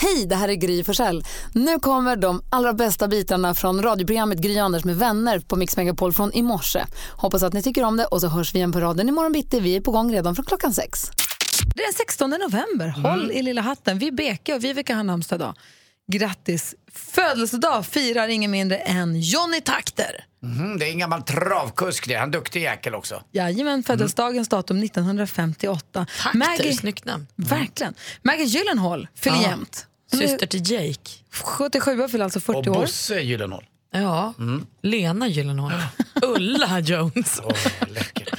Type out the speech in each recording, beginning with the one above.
Hej, det här är Gry Forssell. Nu kommer de allra bästa bitarna från radioprogrammet Gry Anders med vänner på Mix Megapol från i morse. Hoppas att ni tycker om det och så hörs vi igen på raden imorgon bitti. Vi är på gång redan från 6:00. Det är 16 november. Håll i lilla hatten. Vi är Beke och Viveka har namnsdag idag. Grattis. Födelsedag firar ingen mindre än Johnny Takter. Det är en gammal travkusk det. Han är duktig jäkel också. Jajamän, födelsedagens datum 1958. Takter, snyggt namn. Verkligen. Maggie Gyllenhaal fyller jämt. Syster till Jake. 77 fyller alltså 40 år. Och Bosse Gyllenhaal. Ja, Lena Gyllenhaal. Ulla Jones. Läckert.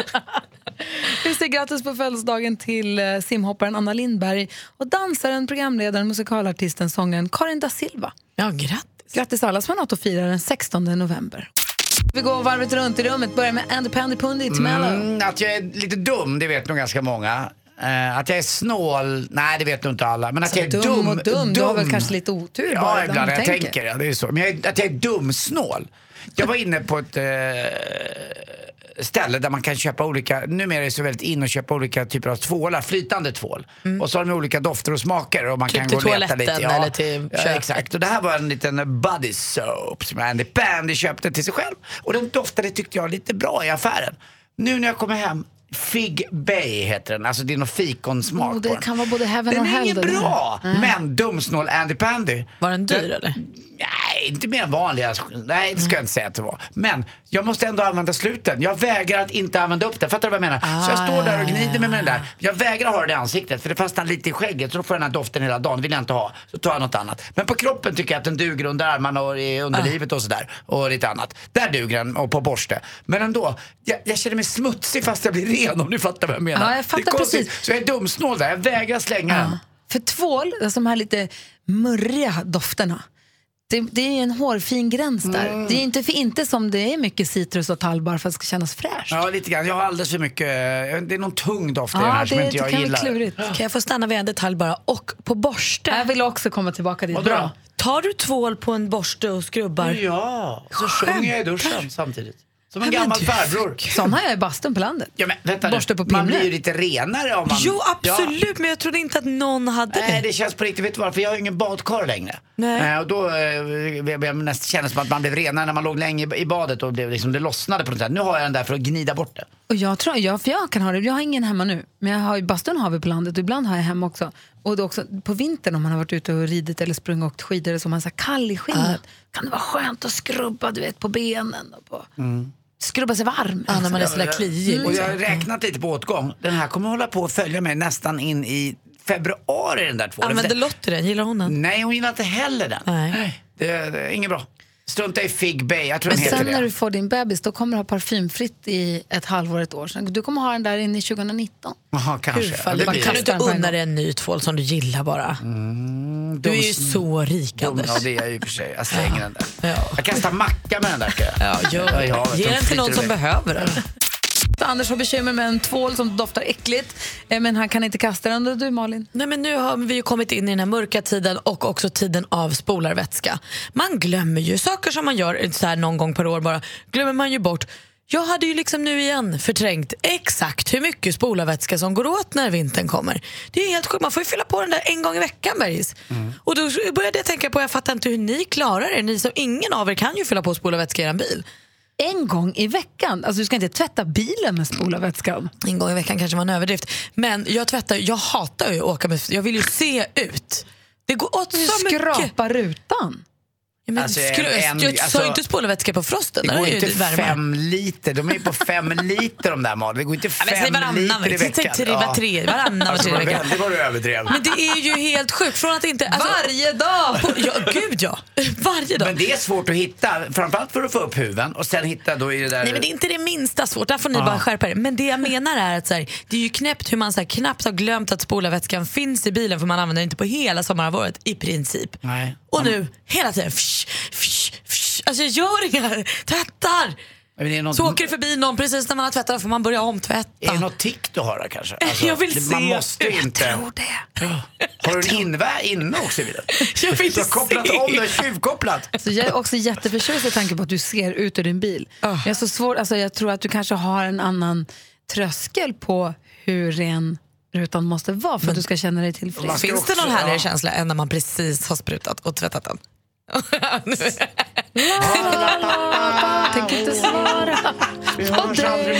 Vi säger grattis på födelsedagen till simhopparen Anna Lindberg och dansaren, programledaren, musikalartisten, sångaren Karin da Silva. Ja, grattis. Grattis alla som har något att fira den 16 november. Vi går varvet runt i rummet. Börjar med Andy Pandy Pundy till Mello. Att jag är lite dum, det vet nog ganska många. Att jag är snål, nej det vet nog inte alla. Men att jag är dum och dum. Du har väl kanske lite otur ja, bara ibland jag tänker. tänker. Ja, det är så. Men att jag är dumsnål. Jag var inne på ett ställe där man kan köpa olika, numera är det så väldigt in och köpa olika typer av tvålar, flytande tvål. Och så har de olika dofter och smaker och man typ kan till gå och leta lite. Ja, eller till ja, exakt. Och det här var en liten body soap som Andy Pandy köpte till sig själv. Och den doftade tyckte jag lite bra i affären. Nu när jag kommer hem, Fig Bay heter den. Alltså det är någon fikonsmak på det den. kan vara både heaven den och är hell. ingen bra, men dumsnål Andy Pandy. Var den dyr eller? Nej, inte mer än vanliga. Nej, det ska jag inte säga att det var. Men jag måste ändå använda sluten. Jag vägrar att inte använda upp det. Fattar du vad jag menar? Så jag står där och gnider med den där. Jag vägrar ha det i ansiktet för det fastnar lite i skägget. Så då får jag den här doften hela dagen. Vill jag inte ha. Så tar jag något annat. Men på kroppen tycker jag att den duger under armarna och i underlivet och sådär. Och lite annat. Där duger den och på borste. Men ändå, jag känner mig smutsig fast jag blir ren om du fattar vad jag menar. Ja, jag fattar precis. Så jag är dumsnål där. Jag vägrar slänga den. För tvål, alltså de här lite murriga dofterna. Det är en hårfin gräns där. Det är inte för inte som det är mycket citrus och tall bara för att det ska kännas fräscht. Ja, lite grann. Jag har alldeles för mycket. Det är någon tung doft i den här som inte jag gillar. Klurigt. Kan jag få stanna vid en detalj bara? Och på borste. Jag vill också komma tillbaka dit. Vadå? Bra. Tar du tvål på en borste och skrubbar? Ja, så sjunger jag i duschen samtidigt. Som en gammal farbror. Sån har jag i bastun på landet. Ja, men vänta Borste på nu. Man pinne. blir ju lite renare om man... Jo, absolut, men jag trodde inte att någon hade det. Nej, det känns på riktigt, vet du varför? Jag har ingen badkar längre. Nej. Och då nästan kändes som att man blev renare när man låg länge i badet och liksom, det lossnade på något sätt. Nu har jag den där för att gnida bort det. Och jag tror, för jag kan ha det. Jag har ingen hemma nu. Men jag har ju bastun har vi på landet och ibland har jag hemma också. Och det också på vintern om man har varit ute och ridit eller sprungit och åkt skidor eller så man så kall i skinnet. Kan det vara skönt att skrubba, du vet, på benen och på... Skrubba sig varm. Ja, när man är sådär kliig. Och jag har räknat lite på åtgång. Den här kommer hålla på att följa mig nästan in i februari, den där tvålen. Använder Lotte den? Gillar hon den? Nej, hon gillar inte heller den. Nej. Det är inget bra. Strunta i Fig Bay, jag tror Men den heter sen det. när du får din bebis då kommer du ha parfymfritt i ett halvår, ett år. Sen du kommer ha den där in i 2019. Jaha, kanske. Hur det kan blir du det. inte unna dig en ny tvål som du gillar bara? Du är ju så rik, Dum, Anders. ja, det är jag ju för sig. Jag slänger den där. Ja. Jag kastar macka med den där. Ja, ge den till någon som behöver den. Anders har bekymmer med en tvål som doftar äckligt, men han kan inte kasta den. Och du, Malin? Nej, men nu har vi ju kommit in i den här mörka tiden och också tiden av spolarvätska. Man glömmer ju saker som man gör så här någon gång per år bara. Glömmer man ju bort. Jag hade ju liksom nu igen förträngt exakt hur mycket spolarvätska som går åt när vintern kommer. Det är helt sjukt, man får ju fylla på den där en gång i veckan, Bergis. Och då började jag tänka på, jag fattar inte hur ni klarar er. Ni som ingen av er kan ju fylla på spolarvätska i er bil. En gång i veckan? Alltså du ska inte tvätta bilen med spolarvätskan. En gång i veckan kanske var en överdrift. Men jag hatar ju att åka med, jag vill ju se ut. Det går åt så mycket. Skrapa rutan. Ja, men Alltså, jag sa inte spolarvätska på frosten. Det går inte värmare. 5 liter. De är ju på 5 liter de där mat. Det går inte 5 liter i veckan. Varannan och tredje veckan. Det var du överdrev. Men det är ju helt sjukt. Från att inte, alltså, Varje dag! Ja, gud ja. Varje dag. Men det är svårt att hitta. Framförallt för att få upp huven. Och sen hitta då i det där... Nej, men det är inte det minsta svårt. Där får ni bara skärpa er. Men det jag menar är att så här, det är ju knäppt hur man så här, knappt har glömt att spolarvätskan finns i bilen. För man använder den inte på hela sommarhalvåret i princip. Nej. Och nu, hela tiden alltså jag gör inga tvättar. Så åker det förbi någon precis när man har tvättat, får man börja omtvätta. Är det något tick du har kanske? Alltså, jag vill se. Man måste inte... Jag tror det. Har du en inne också i bilen? Jag vill du har kopplat om det, tjuvkopplat. Så jag är också jätteförtjust i tanke på att du ser ut ur din bil. Jag är så svårt, alltså jag tror att du kanske har en annan tröskel på hur ren rutan måste vara för att du ska känna dig tillfreds. Finns det någon härligare känsla än när man precis har sprutat och tvättat den? Tänk inte svara. Vi hörs aldrig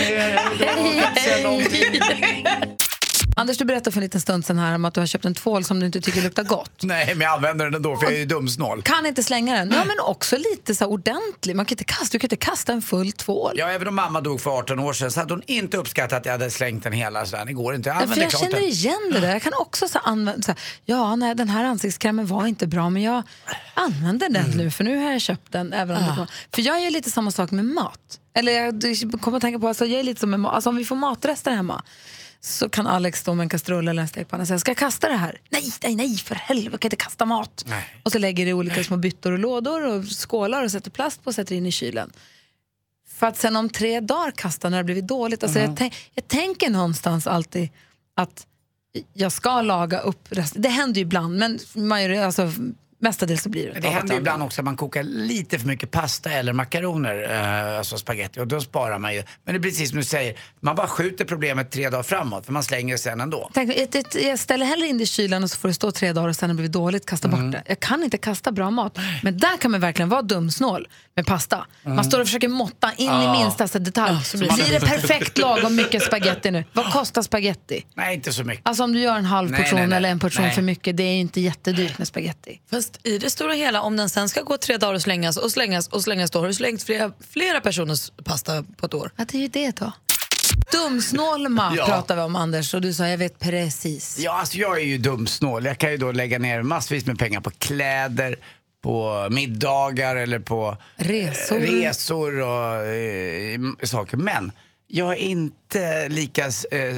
mer. Anders, du berättade för en liten stund sedan här om att du har köpt en tvål som du inte tycker luktar gott. Nej, men jag använder den ändå för jag är ju dumsnål. Kan inte slänga den. Ja, men också lite så ordentlig. Du kan inte kasta en full tvål. Ja, även om mamma dog för 18 år sedan så hade hon inte uppskattat att jag hade slängt den hela. Så det går inte. Jag känner igen det där. Jag kan också så använda så här, ja, nej, den här ansiktskrämen var inte bra, men jag använder den nu för nu har jag köpt den. Även om det var. För jag gör lite samma sak med mat. Eller jag kommer att tänka på, alltså, jag är lite som med mat. Alltså, om vi får matrester hemma så kan Alex stå med en kastrull eller en stekpanna och säga, ska jag kasta det här? Nej, för helvete, jag kan inte kasta mat. Nej. Och så lägger det i olika små byttor och lådor och skålar och sätter plast på och sätter in i kylen. För att sen om 3 dagar kasta när det blivit dåligt. Alltså jag tänker någonstans alltid att jag ska laga upp resten. Det händer ju ibland, men mestadels så blir det. Det händer ju ibland också att man kokar lite för mycket pasta eller makaroner, alltså spaghetti, och då sparar man ju. Men det är precis som du säger, man bara skjuter problemet 3 dagar framåt för man slänger det sen ändå. Jag ställer heller in det i kylen och så får det stå 3 dagar och sen har det blivit dåligt, kasta bort det. Jag kan inte kasta bra mat, men där kan man verkligen vara dumsnål med pasta. Man står och försöker måtta in i minsta detalj. Så blir det perfekt lagom mycket spaghetti nu. Vad kostar spaghetti? Nej, inte så mycket. Alltså om du gör en halv portion eller en portion för mycket, det är ju inte jättedyrt med spaghetti. Fast i det stora hela, om den sen ska gå 3 dagar och slängas då har du slängt flera personers pasta på ett år. Ja, det är ju det då. Dumsnål pratar vi om, Anders, och du sa jag vet precis. Ja, alltså jag är ju dumsnål. Jag kan ju då lägga ner massvis med pengar på kläder, på middagar eller på resor och saker. Men jag är inte lika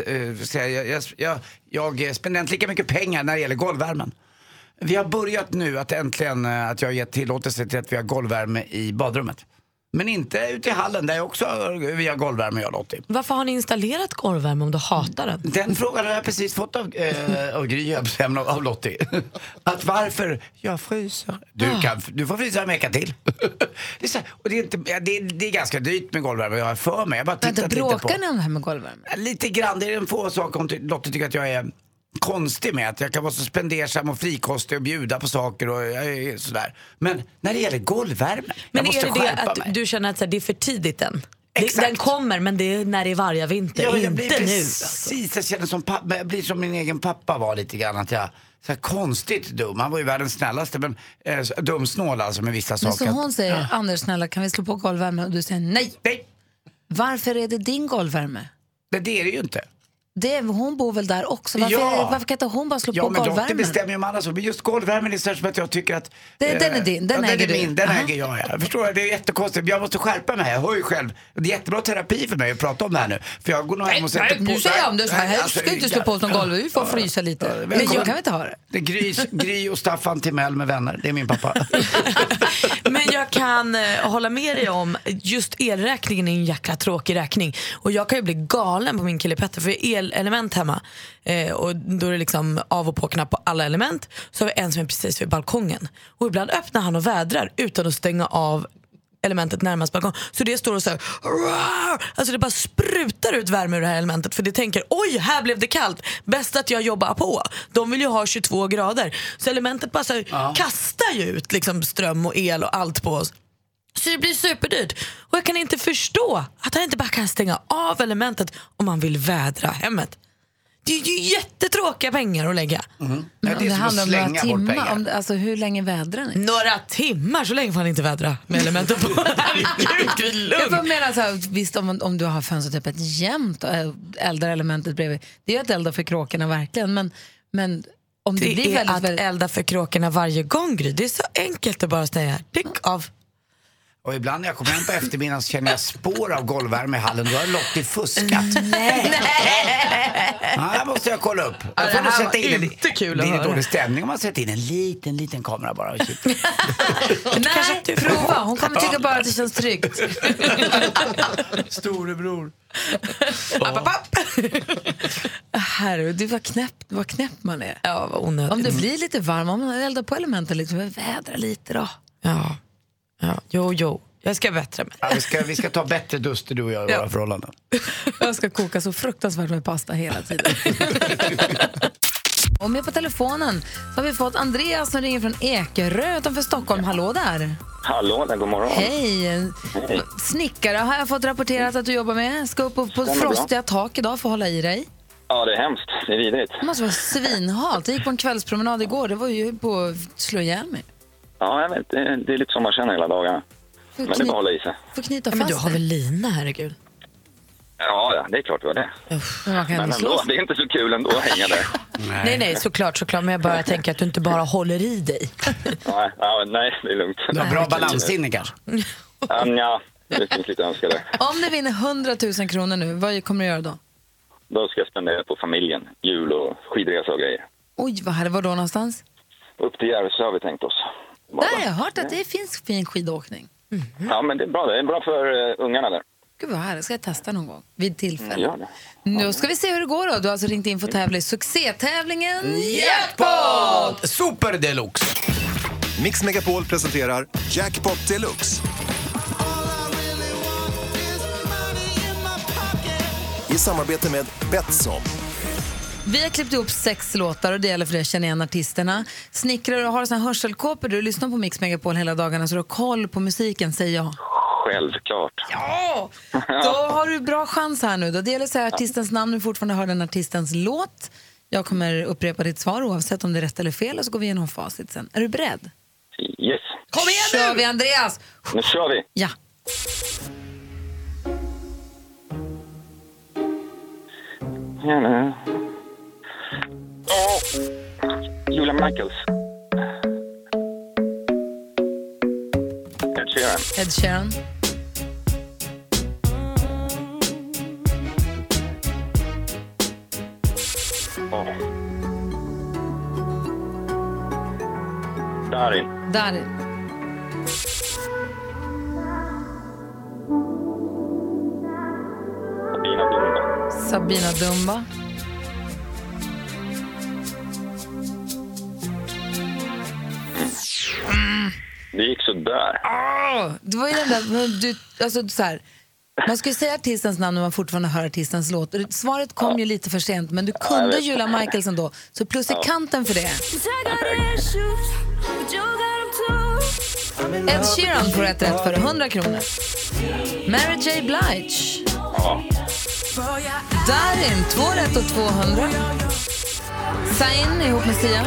jag spenderar inte lika mycket pengar när det gäller golvvärmen. Vi har börjat nu att äntligen att jag har gett tillåtelse till att vi har golvvärme i badrummet. Men inte ute i hallen där jag också vi har golvvärme, jag Lottie. Varför har ni installerat golvvärme om du hatar den? Den frågan har jag precis fått av Gry, av Lottie. Att varför jag fryser. Du får frysa en vecka till. Det är så här, och det är ganska dyrt med golvvärme. Jag har för mig. Jag bara tittat lite på. Bråkar ni om det här med golvvärme? Lite grann. Det är en få sak om Lottie tycker att jag är konstig med att jag kan vara så spendersam och frikostig och bjuda på saker och jag är sådär. Men när det gäller golvvärme, men är det att du känner att det är för tidigt än? Den kommer, men det är när det är varje vinter, jag inte blir nu. Precis, jag känner som jag blir som min egen pappa var lite grann, att jag så här konstigt dum. Han var ju världens snällaste, men dumsnål alltså med vissa saker. Men så hon säger, Anders snälla, kan vi slå på golvvärme? Och du säger nej. Varför är det din golvvärme? Det är det ju inte. Hon bor väl där också? Varför kan inte hon bara slå på golvvärmen? Ja, men det bestämmer ju man alltså. Men just golvvärmen är så som att jag tycker att den är din, den äger du. Den äger jag förstår, det är jättekonstigt. Jag måste skärpa mig här, jag hör ju själv. Det är jättebra terapi för mig att prata om det här nu. För jag går nog hem och sätter på. Nu säger jag Anders här, ska inte slå på oss någon golv. Vi får frysa lite. Men jag kan inte ha det. Det är Gry och Staffan Timell med vänner. Det är min pappa. Men jag kan hålla med dig om just elräkningen är en jäkla tråkig räkning. Och jag kan ju bli galen på min kille Petter, för elelement hemma och då är det liksom av och påknapp på alla element. Så har vi en som är precis vid balkongen och ibland öppnar han och vädrar utan att stänga av elementet närmast balkong. Så det står och så här, alltså det bara sprutar ut värme ur det här elementet, för det tänker, oj, här blev det kallt, bäst att jag jobbar på. De vill ju ha 22 grader. Så elementet bara så här, kastar ju ut liksom ström och el och allt på oss. Så det blir superdyrt. Och jag kan inte förstå att han inte bara kan stänga av elementet om man vill vädra hemmet. Det är ju jättetråkiga pengar att lägga. Men om det handlar om några timmar, alltså hur länge vädrar ni? Några timmar, så länge får han inte vädra med elementet på. Jag menar så här, visst om du har fönstret öppet jämt och eldar elementet bredvid. Det är ju att elda för kråkorna verkligen, men om det blir är att elda för kråkorna varje gång, Gry. Det är så enkelt att bara säga, dyk av. Och ibland när jag kommer hem på eftermiddagen så känner jag spår av golvvärme i hallen. Då har Lottie fuskat. Nej. Ja, det måste jag kolla upp. Jag får sätta in inte kul. Det är en dålig stämning om man sätter in en liten kamera bara. Nej, prova. Hon kommer tycka bara att det känns tryggt. Storebror. Herre, du var knäpp man är. Ja, vad onödigt. Om det blir lite varmt, om man eldar på elementen liksom, vädra lite då. Ja, jo. Jag ska bättra mig. Ja, vi ska ta bättre duster du och jag i våra förhållanden. Jag ska koka så fruktansvärt med pasta hela tiden. Och med på telefonen så har vi fått Andreas som ringer från Ekerö utanför Stockholm. Hallå där. Hallå där, god morgon. Hej. Snickare har jag fått rapporterat att du jobbar med. Ska upp på frostiga tak idag för att hålla i dig. Ja, det är hemskt. Det är vidrigt. Det måste vara svinhalt. Jag gick på en kvällspromenad igår. Det var ju på att slå ihjäl mig. Ja, jag vet. Det är lite som man känner hela dagarna. Men det är bara att hålla i sig. Får knyta fast men du har väl lina, herregud? Ja, det är klart det var det. Men ändå, det är inte så kul ändå att hänga där. Nej, såklart. Men jag bara tänker att du inte bara håller i dig. Nej, det är lugnt. Du har bra balansinne kanske? Ja, det finns lite önskade. Om du vinner 100 000 kronor nu, vad kommer du göra då? Då ska jag spendera på familjen, jul och skidresa och grejer. Oj, vad här var då någonstans? Upp till Järvsö har vi tänkt oss. Där har jag hört att det finns fin skidåkning. Ja, men det är bra. Det är bra för ungarna där. Gud vad härligt, ska jag testa någon gång vid tillfälle. Gör det. Nu ska vi se hur det går då. Du har alltså ringt in för tävling succétävlingen Jackpot! Super Deluxe! Mix Megapol presenterar Jackpot Deluxe. I samarbete med Betsson. Vi har klippt ihop 6 låtar och det gäller för dig att känna igen artisterna. Snickrar och har såna hörselkåpor. Du lyssnar på Mix Megapol hela dagarna så du har koll på musiken, säger jag. Självklart. Ja! Då har du bra chans här nu. Då det gäller att säga artistens namn och fortfarande hör den artistens låt. Jag kommer upprepa ditt svar oavsett om det är rätt eller fel och så går vi igenom facit sen. Är du beredd? Yes. Kom igen nu! Kör vi, Andreas! Nu kör vi. Ja. Julia Michaels. Ed Sheeran. Ed Sheeran. Darin. Sabina Dumba. Det gick så där. Det var ju den där, alltså så här, man skulle säga artistens namn när man fortfarande hör artistens låt. Svaret kom ju lite för sent, men du kunde Julia Michaels ändå. Så plus i kanten för det. Ed Sheeran får rätt för 100 kronor. Mary J. Blige. Darin, 2 rätt och 200. Zayn ihop med Sia.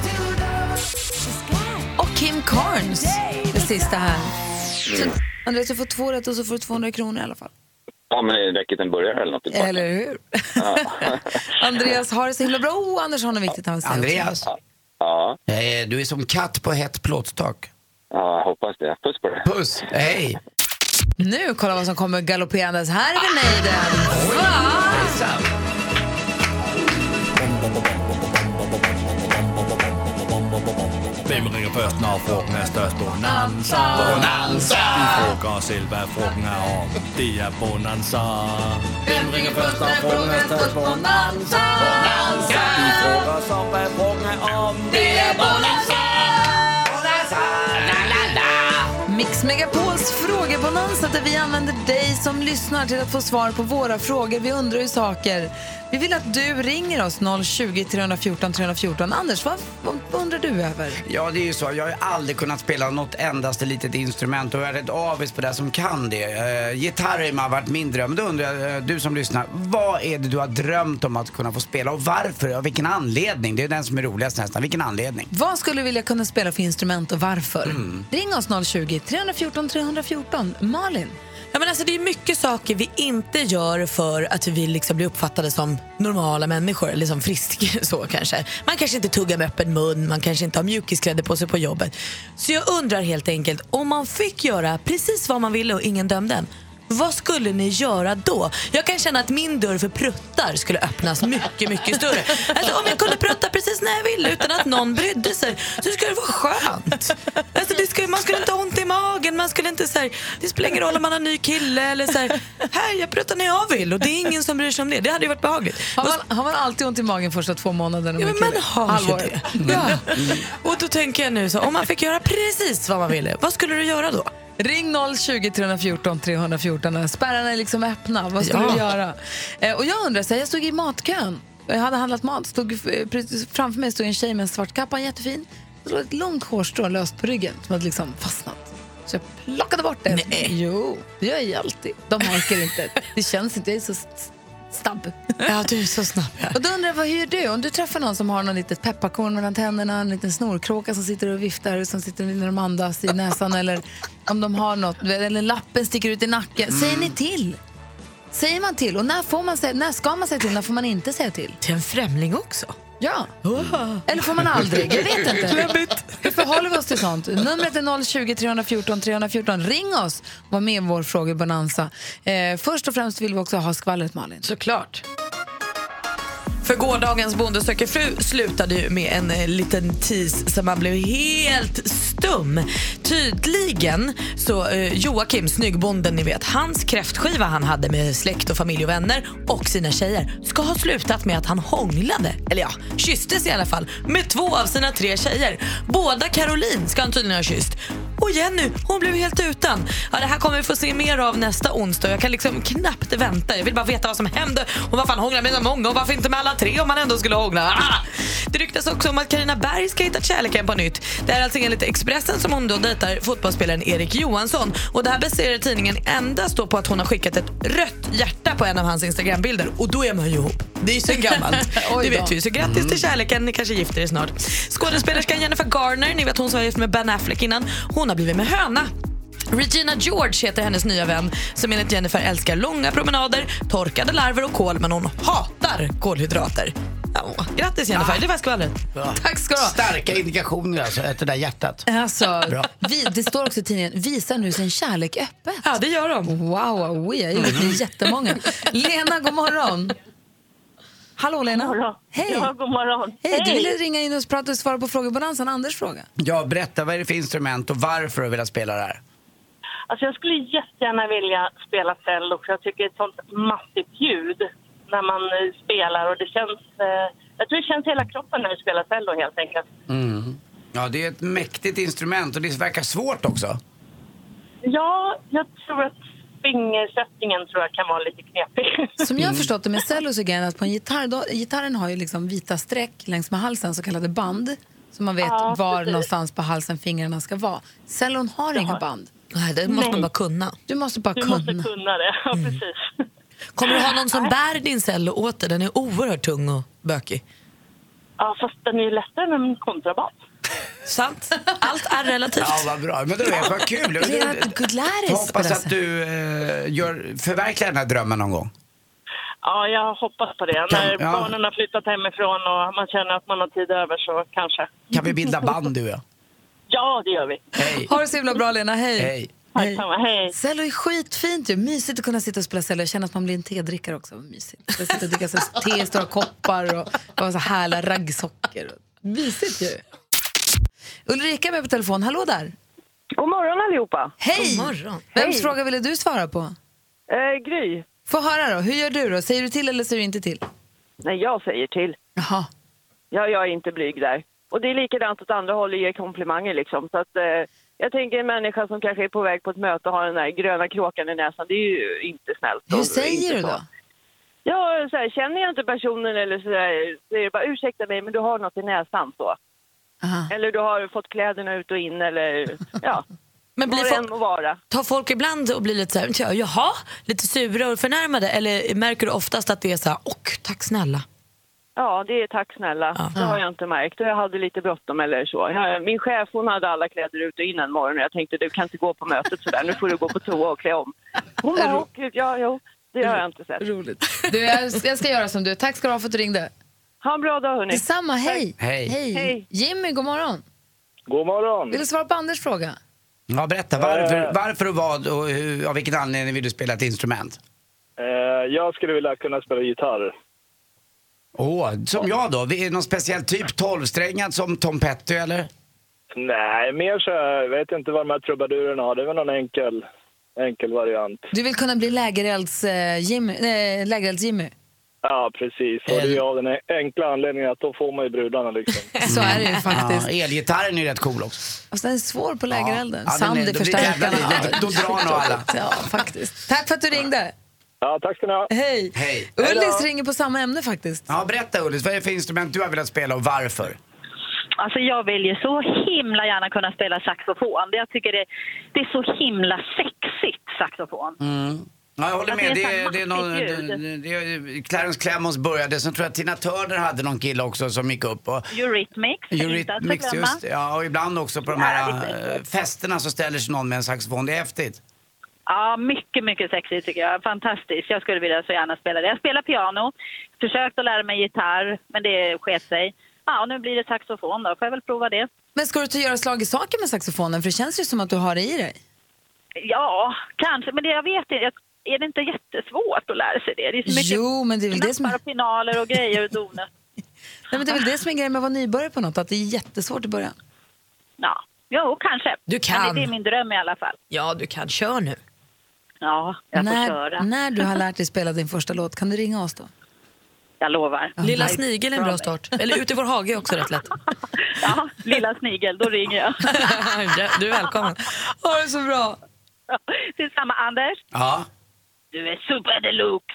Och Kim Carnes, det sista här. Så, Andreas, du får 2 rätt och så får du 200 kronor i alla fall. Ja, men det räcker en börjare eller något tillbaka. Eller hur? Ja. Andreas har det så himla bra. Anders har något viktigt att säga. Andreas? Ja. Du är som katt på hett plåttak. Ja, hoppas det. Puss på det. Puss, hej! Nu, kolla vad som kommer galopperandes. Här är vi nejden. Hvem ringer først, når frugten er størst? Bonanza. Bonanza. Vi frågar selv, hvad frugten er om. Det er Bonanza. Hvem ringer først, når frugten er størst? Bonanza. Bonanza. Vi frågar så, hvad frugten er om. Det er Bonanza. Bonanza. La la la. Mix Megapols frågebonanza där vi använder dig som lyssnar till att få svar på våra frågor. Vi undrar ju saker. Vi vill att du ringer oss 020-314 314. Anders, vad undrar du över? Ja, det är ju så. Jag har aldrig kunnat spela något endaste litet instrument och jag är rätt avis på det som kan det. Gitarr har varit min dröm. Då undrar jag, du som lyssnar, vad är det du har drömt om att kunna få spela och varför? Och vilken anledning? Det är den som är roligast nästan. Vilken anledning? Vad skulle du vilja kunna spela för instrument och varför? Ring oss 020-314 314. Malin? Ja, men alltså, det är mycket saker vi inte gör för att vi vill liksom bli uppfattade som normala människor, eller som frisk så kanske. Man kanske inte tuggar med öppen mun, man kanske inte har mjukiskläder på sig på jobbet. Så jag undrar helt enkelt, om man fick göra precis vad man ville och ingen dömde en, vad skulle ni göra då? Jag kan känna att min dörr för pruttar skulle öppnas mycket, mycket större. Alltså, om jag kunde prutta precis när jag ville utan att någon brydde sig, så skulle det vara skönt. Alltså, man skulle inte ha ont i magen, man skulle inte så här, det spelar ingen roll om man har en ny kille eller så här, jag pruttar när jag vill och det är ingen som bryr sig om det. Det hade ju varit behagligt. Har man alltid ont i magen första 2 månaderna? Ja, men man har ju det. Ja. Och då tänker jag nu så, om man fick göra precis vad man ville, vad skulle du göra då? Ring 020-314 314. Spärrarna är liksom öppna. Vad ska du göra? Och jag undrar, så här, jag stod i matkön. Jag hade handlat mat. Framför mig stod en tjej med en svart kappa, jättefin. Det låg ett långt hårstrå löst på ryggen som hade liksom fastnat. Så jag plockade bort det. Nej. Jo, det gör jag alltid. De märker inte. Det känns inte, jag är så snabb. Ja, du är så snabb. Ja. Och då undrar jag, vad gör du? Om du träffar någon som har någon litet pepparkorn mellan tänderna, en liten snorkråka som sitter och viftar, som sitter när de andas i näsan, eller om de har något, eller lappen sticker ut i nacken. Säger ni till? Säger man till? Och när ska man säga till? När får man inte säga till? Till en främling också? Ja. Eller får man aldrig? Jag vet inte. Hur förhåller vi oss till sånt? Numret är 020-314 314. Ring oss. Var med i vår frågebonanza. Först och främst vill vi också ha skvallret, Malin. Såklart. För gårdagens Bonde söker fru slutade ju med en liten tease som man blev helt stum. Tydligen så Joakim, snyggbonden, ni vet, hans kräftskiva han hade med släkt och familj och vänner och sina tjejer ska ha slutat med att han hånglade, eller ja, kysstes i alla fall, med 2 av sina 3 tjejer. Båda Caroline ska han tydligen ha kysst. Och Jenny, hon blev helt utan. Ja, det här kommer vi få se mer av nästa onsdag. Jag kan liksom knappt vänta. Jag vill bara veta vad som hände. Och vad fan hånglar med så många och varför inte med alla 3 om man ändå skulle hångla. Det ryktas också om att Carina Berg ska hitta kärleken på nytt. Det är alltså enligt Expressen som hon då dejtar fotbollsspelaren Erik Johansson. Och det här baserar tidningen endast då på att hon har skickat ett rött hjärta på en av hans Instagram-bilder. Och då är man ju ihop. Det är ju så gammalt. Det vet vi. Så grattis till kärleken. Ni kanske gifter er snart. Skådespelerskan Jennifer Garner, ni vet hon som var gift med Ben Affleck innan. Hon har blivit med höna. Regina George heter hennes nya vän som enligt Jennifer älskar långa promenader, torkade larver och kål, men hon hatar kolhydrater. Ja, grattis Jennifer, det var skvallret. Tack ska du ha. Starka indikationer alltså, det där hjärtat. Alltså, det står också i tidningen, visar nu sin kärlek öppet. Ja, det gör de. Wow, jag är jättemånga. Lena, god morgon. Hallå Lena. Hej. Ja, god morgon. Hej, du ville ringa in och prata och svara på frågebonanzan. Anders fråga. Ja, berätta, vad är det för instrument och varför du vill spela det här? Alltså jag skulle jättegärna vilja spela cello, för jag tycker det är ett sånt massivt ljud när man spelar, och det känns, jag tror det känns hela kroppen när du spelar cello helt enkelt. Ja, det är ett mäktigt instrument och det verkar svårt också. Ja, jag tror att fingersättningen tror jag kan vara lite knepig. Som jag har förstått det med cello så är det att på en gitarren har ju liksom vita streck längs med halsen, så kallade band, så man vet var någonstans på halsen fingrarna ska vara. Cellon har inga band. Nej, det måste man bara kunna. Du måste kunna det, ja precis. Kommer du ha någon som bär din cello åt dig? Den är oerhört tung och bökig. Ja, fast den är ju lättare med en kontrabas. Sant. Allt är relativt. Ja, vad bra. Men det är vad kul. Jag hoppas att du förverkligar den här drömmen någon gång. Ja, jag hoppas på det. När barnen har flyttat hemifrån och man känner att man har tid över, så kanske. Kan vi bilda band, du och jag? Ja, det gör vi. Hej. Ha det så himla bra, Lena. Hej. Hej. Hej. Cello är skitfint ju. Mysigt att kunna sitta och spela cello. Jag känner att man blir en tedrickare också. Mysigt. Jag sitter och dricker te i stora koppar och så härliga raggsocker. Mysigt ju. Ulrika är med på telefon. Hallå där. God morgon allihopa. Hej. God morgon. Vems fråga ville du svara på? Gry. Få höra då. Hur gör du då? Säger du till eller säger du inte till? Nej, jag säger till. Jaha. Ja, jag är inte blyg där. Och det är likadant åt andra håll, ger komplimanger liksom. Så att jag tänker en människa som kanske är på väg på ett möte och har den där gröna kråkan i näsan, det är ju inte snällt. Hur säger du då? Ja, så här, känner jag inte personen eller så är det bara ursäkta mig, men du har något i näsan så. Aha. Eller du har fått kläderna ut och in eller ja. Men tar folk ibland och blir lite så här, jaha, lite sura och förnärmade, eller märker du oftast att det är så här, tack snälla? Ja, det är tack snälla. Ja. Det har jag inte märkt. Jag hade lite bråttom eller så. Min chef, hon hade alla kläder ut och in en morgon och jag tänkte, du kan inte gå på mötet sådär. Nu får du gå på toa och klä om. Hon bara, jo, det har jag inte sett. Roligt. Du, jag ska göra som du. Tack ska du ha för att du ringde. Ha en bra dag, hörni. Detsamma, hej. Hej. Jimmy, god morgon. God morgon. Vill du svara på Anders fråga? Ja, berätta. Varför och vad och av vilken anledning vill du spela ett instrument? Jag skulle vilja kunna spela gitarr. Som jag då? Är det någon speciell typ 12-strängad som Tom Petty eller? Nej, mer så jag vet inte vad de här trubadurerna har. Det är väl någon enkel variant. Du vill kunna bli lägerelds-Jimmy? Ja, precis. Och det är av den enkla anledningen att då får man ju brudarna liksom. Så är det ju faktiskt. Ja, elgitarren är ju rätt cool också. Och den är svår på lägerelden. Ja, Sand i förstärkarna. Då drar nog alla. Ja, faktiskt. Tack för att du ringde. Ja, tack ska ni ha. Hej. Hej. Ullis ringer på samma ämne faktiskt. Ja, berätta Ullis, vad är det för instrument du har velat spela och varför? Alltså jag vill ju så himla gärna kunna spela saxofon. Jag tycker det är så himla sexigt, saxofon. Ja, jag håller med. Det är Det är Clarence Clemons började, sen tror jag Tina Turner hade någon kille också som gick upp. Och Eurythmics, just det. Ja, och ibland också på de här festerna så ställer sig någon med en saxofon. Det är häftigt. Ja, mycket, mycket sexigt tycker jag. Fantastiskt. Jag skulle vilja så gärna spela det. Jag spelar piano, försökt att lära mig gitarr, men det sket sig. Ja, och nu blir det saxofon då. Får jag väl prova det. Men ska du ta göra slag i saker med saxofonen? För det känns ju som att du har det i dig. Ja, kanske. Men det jag vet är det inte jättesvårt att lära sig det? Det är så mycket men det är väl det som och finaler och grejer och donet. Nej, men det är väl det som är grejen med att vara nybörjare på något, att det är jättesvårt i början. Ja, jo, kanske. Du kan. Men det är min dröm i alla fall. Ja, du kan. Kör nu. Ja, jag får köra. När du har lärt dig spela din första låt, kan du ringa oss då? Jag lovar. Lilla snigel är en bra start. Eller Ut i vår hage är också rätt lätt. Ja, lilla snigel, då ringer jag. Du är välkommen. Ha det så bra. Tillsamma, Anders. Ja. Du är super deluxe.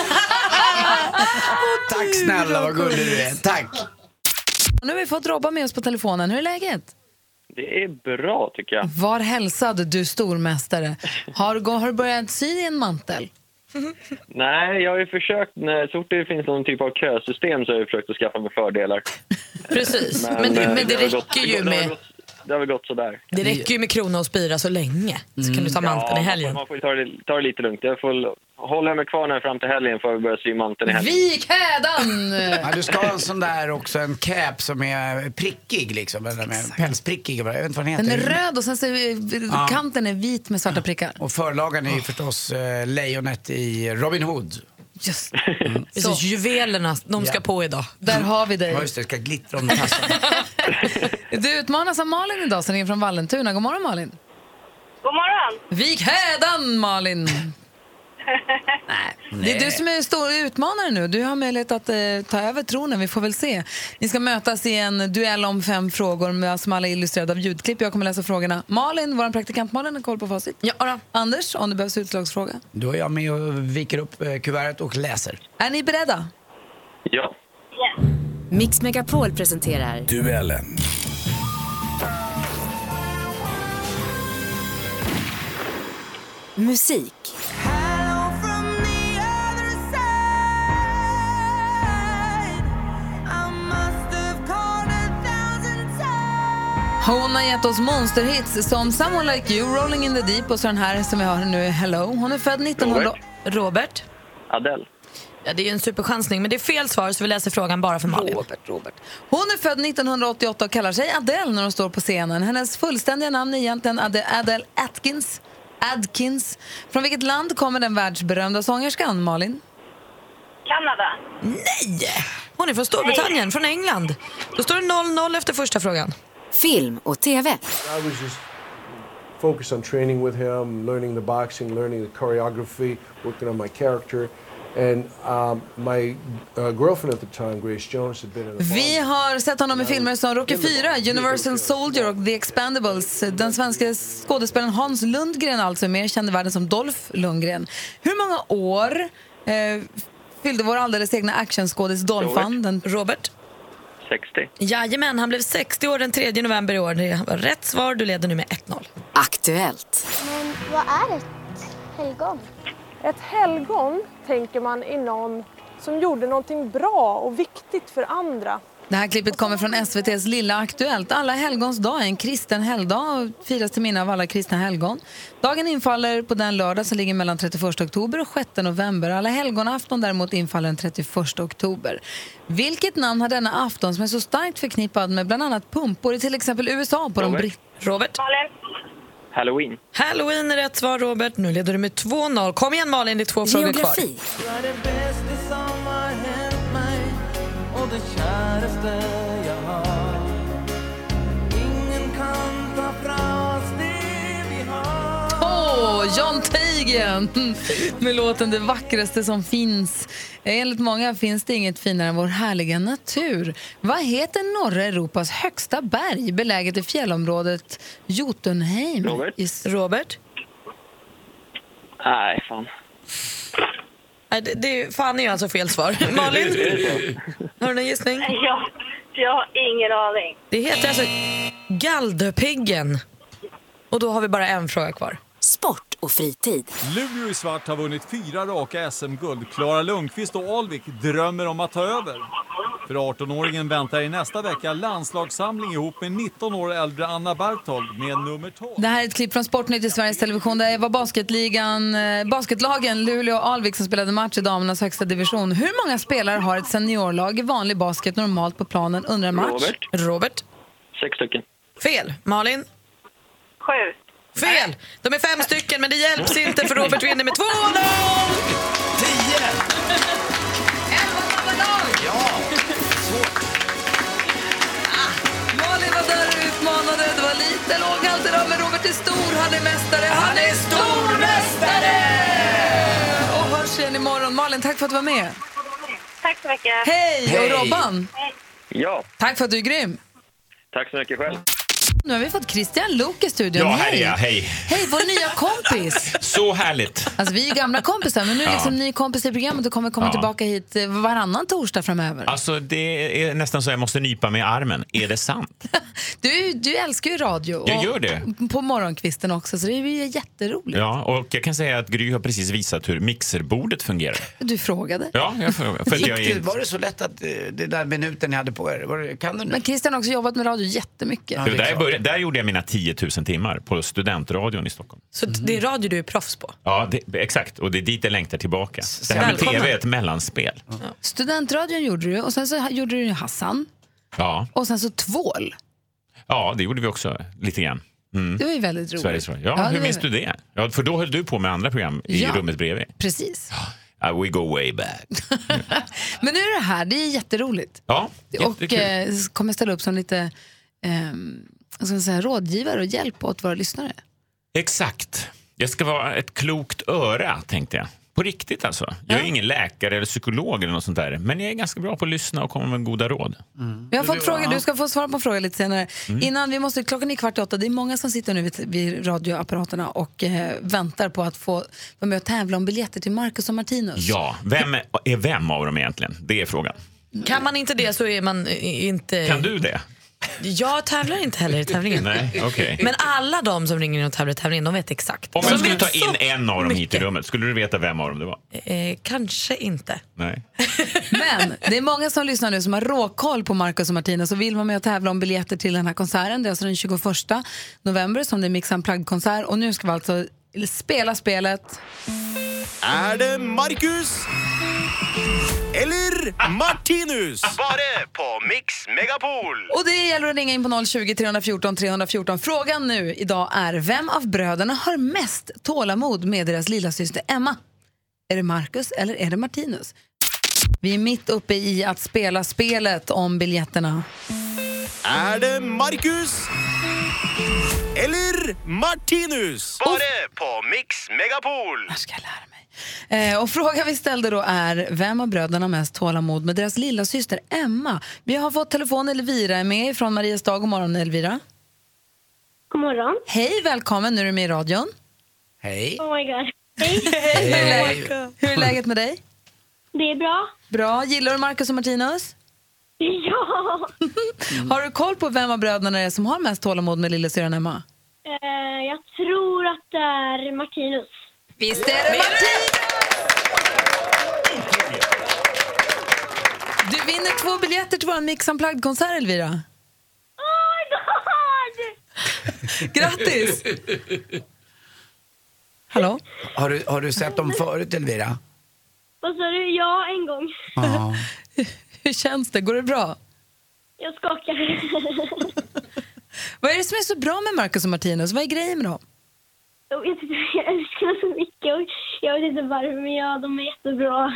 Tack snälla, vad gullig du är. Tack. Nu har vi fått Robba med oss på telefonen. Hur är läget? Det är bra tycker jag. Var hälsad, du stormästare. Har du börjat sy i en mantel? Nej, jag har ju försökt, så fort det finns någon typ av kösystem så har jag försökt att skaffa mig fördelar. Precis, men det räcker ju med... Det har väl gått sådär. Det räcker ju med krona och spira så länge. Så kan du ta manteln i helgen. Man får ta det lite lugnt. Jag får hålla mig kvar här fram till helgen för att börja sy manteln i helgen. Vik hädan! Ja, du ska ha en sån där också, en cap som är prickig liksom. Eller med pälsprickig. Jag vet inte vad den heter. Den är röd och sen så kanten är vit med svarta prickar. Och förlagen är ju förstås lejonet i Robin Hood. Just. Så juvelerna, de ska på idag. Där har vi dig. Ja, just det, ska glittra om tassan. Du utmanas av Malin idag som ringer från Vallentuna. God morgon Malin. God morgon. Vik hädan Malin. Nej. Det är du som är stor utmanare nu. Du har möjlighet att ta över tronen. Vi får väl se. Ni ska mötas i en duell om 5 frågor med, som alla är illustrerade av ljudklipp. Jag kommer läsa frågorna. Malin, vår praktikant Malin, har koll på facit. Ja, då. Anders, om det behövs utslagsfråga. Då är jag med och viker upp kuvertet och läser. Är ni beredda? Ja. Yes. Mix Megapol presenterar Duellen. musik. Hon har gett oss monsterhits som Someone Like You, Rolling in the Deep och så den här som vi har nu, Hello. Hon är född 1900... Robert? Adele. Ja, det är en superchansning, men det är fel svar så vi läser frågan bara för Malin. Robert. Hon är född 1988 och kallar sig Adele när hon står på scenen. Hennes fullständiga namn är egentligen Adele Adkins. Från vilket land kommer den världsberömda sångerskan, Malin? Kanada. Nej! Hon är från Storbritannien, från England. Då står det 0-0 efter första frågan. Film och TV. I was just focused on training with him, learning the boxing, learning the choreography, working on my character. And my girlfriend at the time, Grace Jones, had been in a Vi har sett honom i filmer som Rocky 4, Universal Soldier och The Expendables. Den svenska skådespelaren Hans Lundgren, alltså mer känd i världen som Dolph Lundgren. Hur många år fyllde vår alldeles egna actionskådis Dolphan? Robert? 60. Jajamän, han blev 60 år den 3 november i år. Det var rätt svar, du leder nu med 1-0. Aktuellt. Men vad är ett helgon? Ett helgon tänker man är någon som gjorde någonting bra och viktigt för andra. Det här klippet kommer från SVT:s Lilla Aktuellt. Alla helgons dag är en kristen helgdag och firas till minne av alla kristna helgon. Dagen infaller på den lördag som ligger mellan 31 oktober och 6 november. Alla helgonafton däremot infaller den 31 oktober. Vilket namn har denna afton som är så starkt förknippad med bland annat pumpor i till exempel USA på Robert? Halloween. Halloween är rätt svar, Robert. Nu leder du med 2-0. Kom igen, Malin, det är 2 frågor kvar. Och det käraste jag har. Ingen kan ta fra oss det vi har. Ja, Contagion med låten Det vackraste som finns. Enligt många finns det inget finare än vår härliga natur. Vad heter norra Europas högsta berg, beläget i fjällområdet Jotunheim? Robert? Nej, fan. Fan är ju alltså fel svar. Malin? Har du någon gissning? Jag har ingen aning. Det heter alltså Galdhöpiggen. Och då har vi bara en fråga kvar. Sport och fritid. Luleå i svart har vunnit 4 raka SM-guld. Klara Lundqvist och Alvik drömmer om att ta över. För 18-åringen väntar i nästa vecka landslagssamling ihop med 19 år äldre Anna Barthold med nummer 12. Det här är ett klipp från Sportnytt i Sveriges Television. Det var basketlagen Luleå och Alvik som spelade match i damernas högsta division. Hur många spelare har ett seniorlag i vanlig basket normalt på planen under en match? Robert? 6 stycken. Fel. Malin? 7. Fel! De är 5 stycken, men det hjälps inte för Robert vinner med 2-0! 10! 11-0! Ja! Malin var där och utmanade. Det var lite låghalt idag, men Robert är stor. Han är mästare. Han är stormästare! Och hörs igen imorgon. Malin, tack för att du var med. Tack så mycket. Hej! Och Robban. Ja. Tack för att du är grym. Tack så mycket själv. Nu har vi fått Christian Luuk i studion. Ja, här är jag. Hej. Hej, vår nya kompis. Så härligt. Alltså vi är gamla kompisar, men nu är liksom ny kompis i programmet och kommer komma tillbaka hit varannan torsdag framöver. Alltså det är nästan så jag måste nypa mig i armen. Är det sant? Du älskar ju radio. Jag gör det. På morgonkvisten också, så det är ju jätteroligt. Ja, och jag kan säga att Gry har precis visat hur mixerbordet fungerar. Du frågade. Ja, jag frågade. Var det så lätt att det där minuten ni hade på er? Kan du nu? Men Christian har också jobbat med radio jättemycket. Ja, där gjorde jag mina 10 000 timmar på studentradion i Stockholm. Så det är radio du är proffs på? Ja, exakt. Och det är dit jag längtar tillbaka. Det här med tv är ett mellanspel. Ja. Studentradion gjorde du, och sen så gjorde du Hassan. Ja. Och sen så Tvål. Ja, det gjorde vi också lite grann. Mm. Det var ju väldigt roligt. Sveriges Radio. Ja, hur minns du det? Ja, för då höll du på med andra program i rummet bredvid. Precis. We go way back. Men nu är det här, det är jätteroligt. Ja, och kommer ställa upp som lite rådgivare och hjälp åt våra lyssnare. Exakt. Jag ska vara ett klokt öra, tänkte jag. På riktigt alltså. Jag är ingen läkare eller psykolog eller något sånt där. Men jag är ganska bra på att lyssna och komma med goda råd. Vi har fått frågor, du ska få svara på frågor lite senare. Innan klockan är 7:15. Det är många som sitter nu vid radioapparaterna och väntar på att få vara med och tävla om biljetter till Marcus och Martinus. Ja, vem av dem egentligen? Det är frågan. Kan man inte det så är man inte... Kan du det? Jag tävlar inte heller i tävlingen. Nej, okay. Men alla de som ringer in och tävlar i tävlingen, de vet exakt. Om jag skulle ta in en av dem hit i rummet, skulle du veta vem av dem det var? Kanske inte. Nej. Men det är många som lyssnar nu som har råkoll på Marcus och Martinus och vill vara med och tävla om biljetter till den här konserten. Det är alltså den 21 november som det är Mix Unplugged-konsert. Och nu ska vi alltså spela spelet. Är det Marcus eller Martinus? Bara på Mix Megapol. Och det gäller att ringa in på 020 314 314. Frågan nu idag är: vem av bröderna har mest tålamod med deras lilla syster Emma? Är det Marcus eller är det Martinus? Vi är mitt uppe i att spela spelet om biljetterna. Är det Marcus eller Martinus? Bara på Mix Megapol. Här ska jag lära mig. Och frågan vi ställde då är: vem av bröderna har mest tålamod med deras lilla syster Emma? Vi har fått telefon. Elvira är med från Mariestad. God morgon, Elvira. God morgon. Hej, välkommen. Nu är du med i radion. Hej. Oh my god. Hej. Hur är läget med dig? Det är bra. Bra. Gillar du Marcus och Martinus? Ja. Har du koll på vem av bröderna det är som har mest tålamod med lillasyrran Emma? Jag tror att det är Martinus. Visst är det Martinus! Du vinner 2 biljetter till vår Mix Unplugged-konsert, Elvira. Oh my god! Grattis! Hallå? Har du sett dem förut, Elvira? Vad sa du? Ja, en gång. Ja. Hur känns det? Går det bra? Jag skakar. Vad är det som är så bra med Marcus och Martinus? Vad är grejen med dem? Jag älskar dem så mycket och jag vet inte varför, men ja, de är jättebra.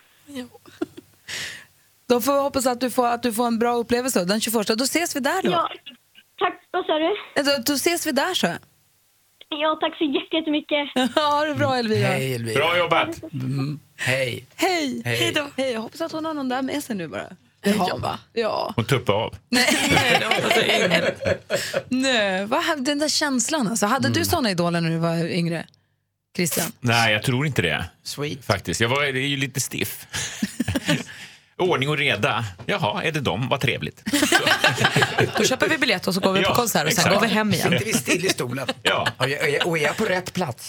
Då får vi hoppas att du får en bra upplevelse den 21. Då ses vi där då. Ja, tack. Vad sa du? Då ses vi där så. Ja, tack så jättemycket. Ja, det är bra, Elvira. Hej, Elvira. Bra jobbat. Hej. Hej. Hej då. Hej, jag hoppas att hon har någon där med sig nu bara. Ja, va? Ja. Hon tuppar av. Nej, den där känslan alltså. Hade du såna idoler när du var yngre, Christian? Nej, jag tror inte det. Sweet. Faktiskt. Jag var ju lite stiff. Ordning och reda. Jaha, är det dem? Vad trevligt. Då köper vi biljett och så går vi på konsert och sen exakt. går vi hem igen. Sitter vi still i stolen. Ja. Och är jag på rätt plats?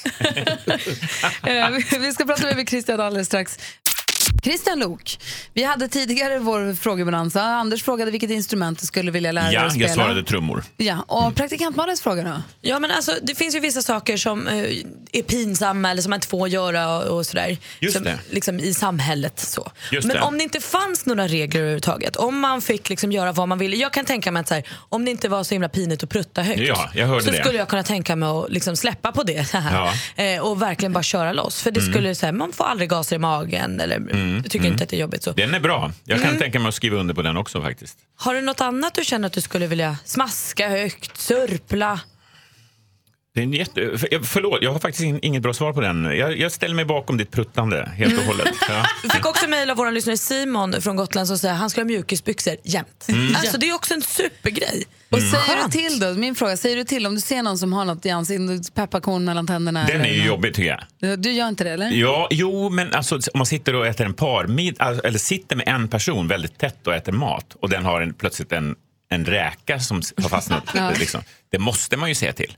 Vi ska prata med Christian alldeles strax. Christian Lok, vi hade tidigare vår frågebonanza. Anders frågade vilket instrument du skulle vilja lära dig att spela. Jag svarade trummor. Ja, och praktikant Malins fråga då? Ja, men alltså, det finns ju vissa saker som är pinsamma eller som man inte får göra och sådär. Just som, det. liksom i samhället så. Just Men det. om det inte fanns några regler överhuvudtaget, om man fick liksom göra vad man ville. Jag kan tänka mig att så här, om det inte var så himla pinigt att prutta högt, Ja, jag hörde så det. skulle jag kunna tänka mig att liksom släppa på det så här. Och verkligen bara köra loss. För det skulle så här, man får aldrig gaser i magen eller jag tycker inte att det är jobbigt så. Den är bra. Jag kan tänka mig att skriva under på den också faktiskt. Har du något annat du känner att du skulle vilja smaska högt, sörpla? Det är förlåt, jag har faktiskt inget bra svar på den. Jag ställer mig bakom ditt pruttande helt och hållet. Ja. Vi fick också mejl av vår lyssnare Simon från Gotland som säger att han ska ha mjukisbyxor jämt. Alltså det är också en supergrej. Och säger du till då, min fråga, säger du till om du ser någon som har något i ansiktet, pepparkorn mellan tänderna? Den är ju jobbig tycker jag. Du gör inte det eller? Ja, jo, men alltså, om man sitter och äter en eller sitter med en person väldigt tätt och äter mat och den har plötsligt en räka som har fastnat. Liksom. Det måste man ju se till.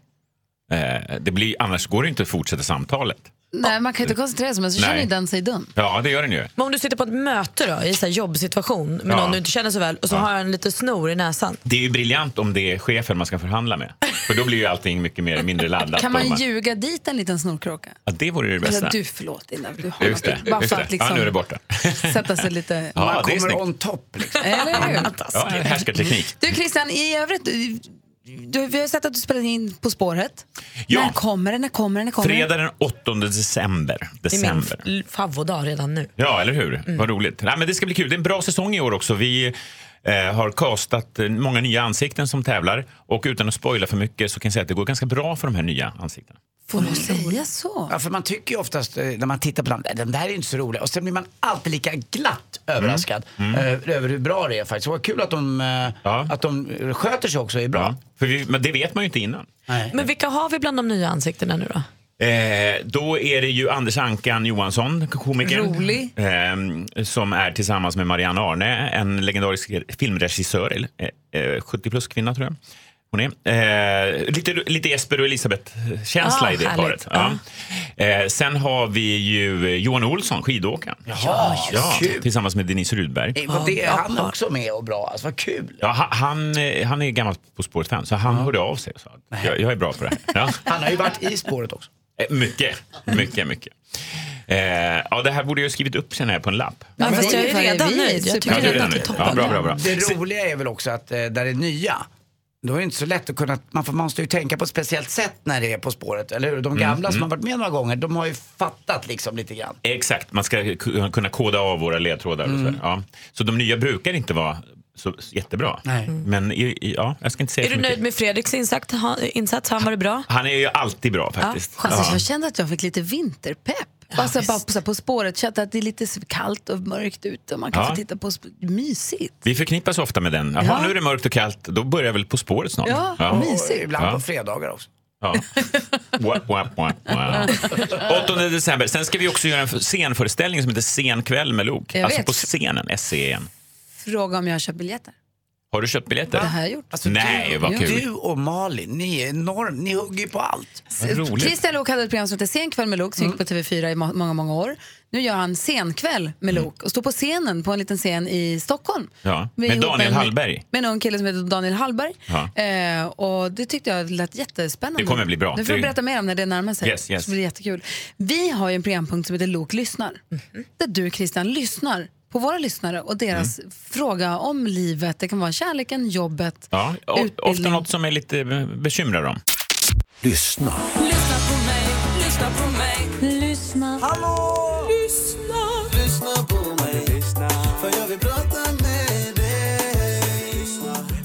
Annars går det inte att fortsätta samtalet. Nej, man kan inte koncentrera sig, men så känner ju den sig dum. Ja, det gör den ju. Men om du sitter på ett möte då, i så här jobbsituation med någon du inte känner så väl och så har en lite snor i näsan. Det är ju briljant om det är chefen man ska förhandla med. För då blir ju allting mycket mindre laddat. Kan man ljuga dit en liten snorkråka? Ja, det vore det bästa. Eller du, förlåt innan du har Just det. bara för att liksom nu är det borta. sätta sig lite... Ja, man det är kommer snyggt. on top liksom. Eller hur? Ja, en härskarteknik. Du Christian, i övrigt... vi har sett att du spelar in På spåret. Ja. När kommer det? Fredag den 8 december. Det är min favodag redan nu. Ja, eller hur? Vad roligt. Nej, men det ska bli kul. Det är en bra säsong i år också. Vi har castat många nya ansikten som tävlar. Och utan att spoila för mycket så kan jag säga att det går ganska bra för de här nya ansiktena. Får du säga så? Ja, för man tycker ju oftast när man tittar på dem, den där är inte så rolig. Och sen blir man alltid lika glatt överraskad över hur bra det är faktiskt. Och kul att de sköter sig också är bra. Ja, men det vet man ju inte innan. Nej. Men vilka har vi bland de nya ansiktena nu då? Då är det ju Anders Ankan Johansson, komikern. Rolig. Som är tillsammans med Marianne Arne, en legendarisk filmregissör, 70 plus kvinna tror jag. Hon är lite Jesper och Elisabeth-känsla i det paret. Ja. Sen har vi ju Johan Olsson, skidåkaren. Ja, tillsammans med Denise Rudberg. Det är han också med och bra. Alltså, vad kul. Ja, han är gammal På spåret-fan, så han hörde av sig och sa att jag är bra på det här. Ja. Han har ju varit i spåret också. Mycket. Ja, det här borde jag skrivit upp sen här på en lapp. Ja, fast jag är redan nöjd. Jag tycker det är toppen. Bra. Det roliga är väl också att där det är nya, då är det inte så lätt att kunna, man måste ju tänka på ett speciellt sätt när det är På spåret, eller hur? De gamla som har varit med några gånger, de har ju fattat liksom lite grann. Exakt, man ska kunna koda av våra ledtrådar och så. Ja. Så de nya brukar inte vara så jättebra. Nej. Men jag ska inte säga. Är du nöjd med Fredriks insats? Han var det bra? Han är ju alltid bra faktiskt. Alltså, jag kände att jag fick lite vinterpepp. Alltså, bara på spåret, kände att det är lite kallt och mörkt ut och man kan få titta på mysigt. Vi förknippas ofta med den. Jaha, nu är det mörkt och kallt, då börjar väl På spåret snart. Ja. Mysigt. Ibland på fredagar också. Ja. 8 december. Sen ska vi också göra en scenföreställning som heter Scenkväll med Lok. Alltså på scenen, SCN. Fråga om jag har köpt biljetter. Har du köpt biljetter? Det har jag gjort. Alltså, Nej, vad kul. Du och Malin, ni är enormt, ni hugger ju på allt. Christian Lok hade ett program som heter Scenkväll med Lok som gick på TV4 i många år. Nu gör han Scenkväll med Lok och står på scenen, på en liten scen i Stockholm. Ja, med Daniel Hallberg. Med en ung kille som heter Daniel Hallberg. Och det tyckte jag lät jättespännande. Det kommer bli bra. Nu får du berätta mer om när det närmar sig. Yes. Det blir jättekul. Vi har ju en programpunkt som heter Lok lyssnar. Där du, Christian, lyssnar på våra lyssnare och deras fråga om livet. Det kan vara kärleken, jobbet, utbildning. Ofta något som är lite bekymrar dem. Lyssna. Lyssna på mig, lyssna på mig. Lyssna. Hallå! Lyssna! Lyssna på mig, lyssna. För jag vill prata med dig. Lyssna. Christian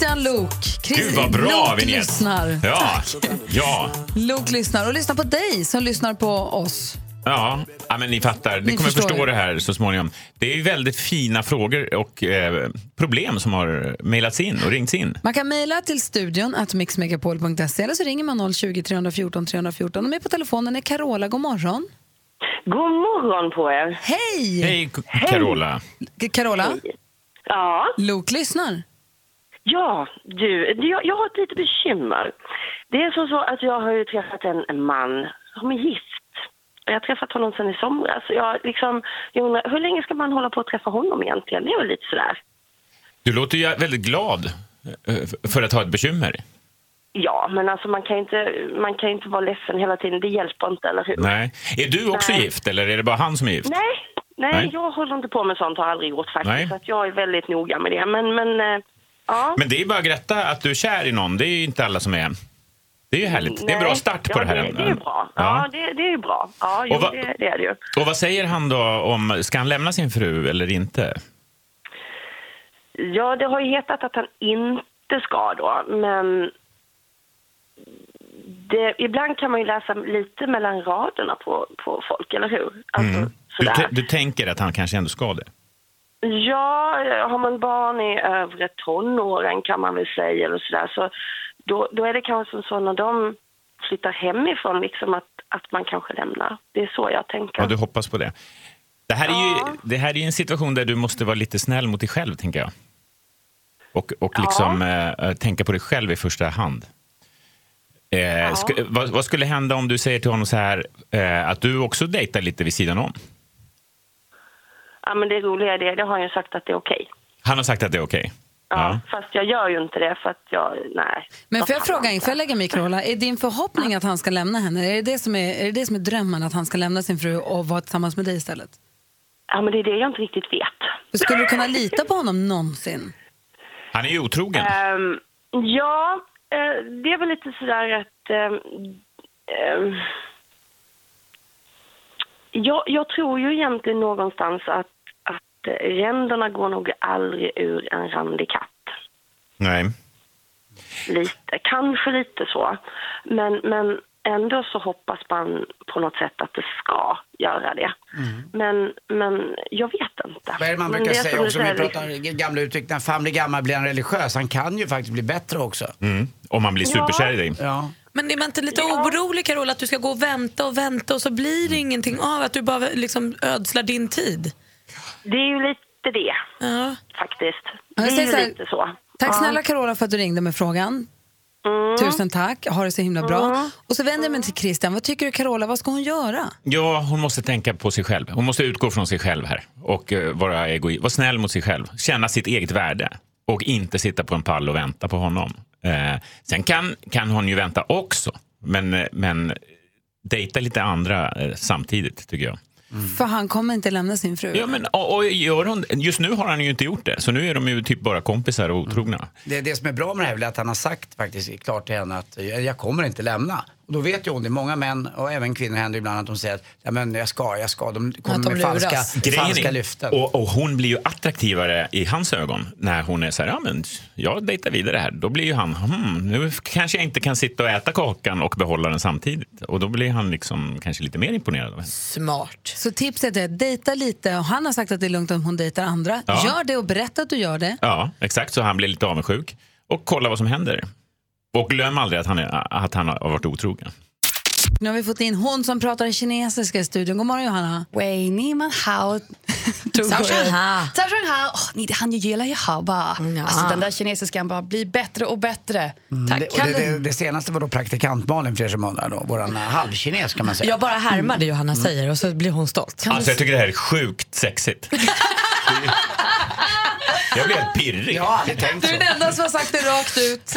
Christian Luuk. Gud vad bra, Luuk lyssnar. Ja. Luuk lyssnar och lyssnar på dig som lyssnar på oss. Ja, men ni fattar. Ni kommer förstå det här så småningom. Det är ju väldigt fina frågor och problem som har mejlats in och ringts in. Man kan mejla till studion @mixmegapol.se eller så ringer man 020 314 314. Och med på telefonen är Carola. God morgon. God morgon på er. Hej! Hej Carola. Carola? Hej. Ja. Luuk lyssnar. Ja, jag har ett litet bekymmer. Det är så att jag har ju träffat en man som är gift. Jag har träffat honom sedan i somras. Jag undrar, hur länge ska man hålla på att träffa honom egentligen? Det är väl lite sådär. Du låter ju väldigt glad för att ha ett bekymmer. Ja, men alltså man kan ju inte vara ledsen hela tiden. Det hjälper inte, eller hur? Nej. Är du också gift eller är det bara han som är gift? Nej, jag håller inte på med sånt, har aldrig gjort faktiskt. Nej. Så att jag är väldigt noga med det. Ja. Men det är bara Greta att du är kär i någon. Det är ju inte alla som är. Det är ju härligt. Nej. Det är en bra start på det här. Det är bra. Ja, det är ju bra. Ja, det är det ju. Och vad säger han då ska han lämna sin fru eller inte? Ja, det har ju hetat att han inte ska då, men ibland kan man ju läsa lite mellan raderna på folk, eller hur? Alltså, du tänker att han kanske ändå ska det? Ja, har man barn i övre tonåren kan man väl säga eller sådär, så då är det kanske så när de flyttar hemifrån liksom att man kanske lämnar. Det är så jag tänker. Ja, du hoppas på det. Det här är ju en situation där du måste vara lite snäll mot dig själv, tänker jag. Och liksom tänka på dig själv i första hand. Vad skulle hända om du säger till honom så här att du också dejtar lite vid sidan om? Ja, men det roliga är det har han ju sagt att det är okej. Han har sagt att det är okej? Ja, fast jag gör ju inte det för att nej. Men får jag lägga mig, Carola, är din förhoppning att han ska lämna henne? Är det det som är drömmen, att han ska lämna sin fru och vara tillsammans med dig istället? Ja, men det är det jag inte riktigt vet. Skulle du kunna lita på honom någonsin? Han är ju otrogen. Ja, det är väl lite sådär att jag tror ju egentligen någonstans att ränderna går nog aldrig ur en randig katt. Nej. Kanske lite så. Men ändå så hoppas man på något sätt att det ska göra det. Men jag vet inte. Vad är det man brukar säga också, vi pratar gamla uttryck, när fan blir gammal blir han religiös. Han kan ju faktiskt bli bättre också. Om man blir superkär i dig. Ja. Men är man inte lite orolig, Carola, att du ska gå och vänta och så blir det ingenting av, att du bara liksom ödslar din tid? Det är ju lite det, faktiskt. Det är ju lite så. Tack snälla Carola för att du ringde med frågan. Tusen tack, ha det så himla bra. Och så vänder jag mig till Christian. Vad tycker du, Carola, vad ska hon göra? Ja, hon måste tänka på sig själv. Hon måste utgå från sig själv här. Och vara snäll mot sig själv. Känna sitt eget värde. Och inte sitta på en pall och vänta på honom. Sen kan hon ju vänta också. Men dejta lite andra samtidigt, tycker jag. För han kommer inte lämna sin fru. Ja, men och gör hon, just nu har han ju inte gjort det. Så nu är de ju typ bara kompisar och otrogna. Det som är bra med det här är att han har sagt faktiskt klart till henne att jag kommer inte lämna. Och då vet ju hon det. Många män och även kvinnor händer ibland att de säger att ja, men jag ska. De kommer med falska lyften. Och hon blir ju attraktivare i hans ögon när hon är så här, ja men jag dejtar vidare här. Då blir ju han, nu kanske jag inte kan sitta och äta kakan och behålla den samtidigt. Och då blir han liksom kanske lite mer imponerad av henne. Smart. Så tipset är att dejta lite. Och han har sagt att det är lugnt om hon dejtar andra. Ja. Gör det och berätta att du gör det. Ja, exakt. Så han blir lite avundsjuk. Och kolla vad som händer. Och glöm aldrig att han har varit otrogen. Nu har vi fått in hon som pratar kinesiska i studion. God morgon, Johanna. Wei, ni man hao. Ni det han gillar ju ha bara. Alltså den där kinesiskan bara blir bättre och bättre. Tack. Det senaste var då praktikant Malin, för er som undrar då. Våran halvkines kan man säga. Jag bara härmar det Johanna säger och så blir hon stolt. Alltså jag tycker det här är sjukt sexigt. Jag blir helt pirrig. Ja, det tänkte du är den enda som har sagt det rakt ut.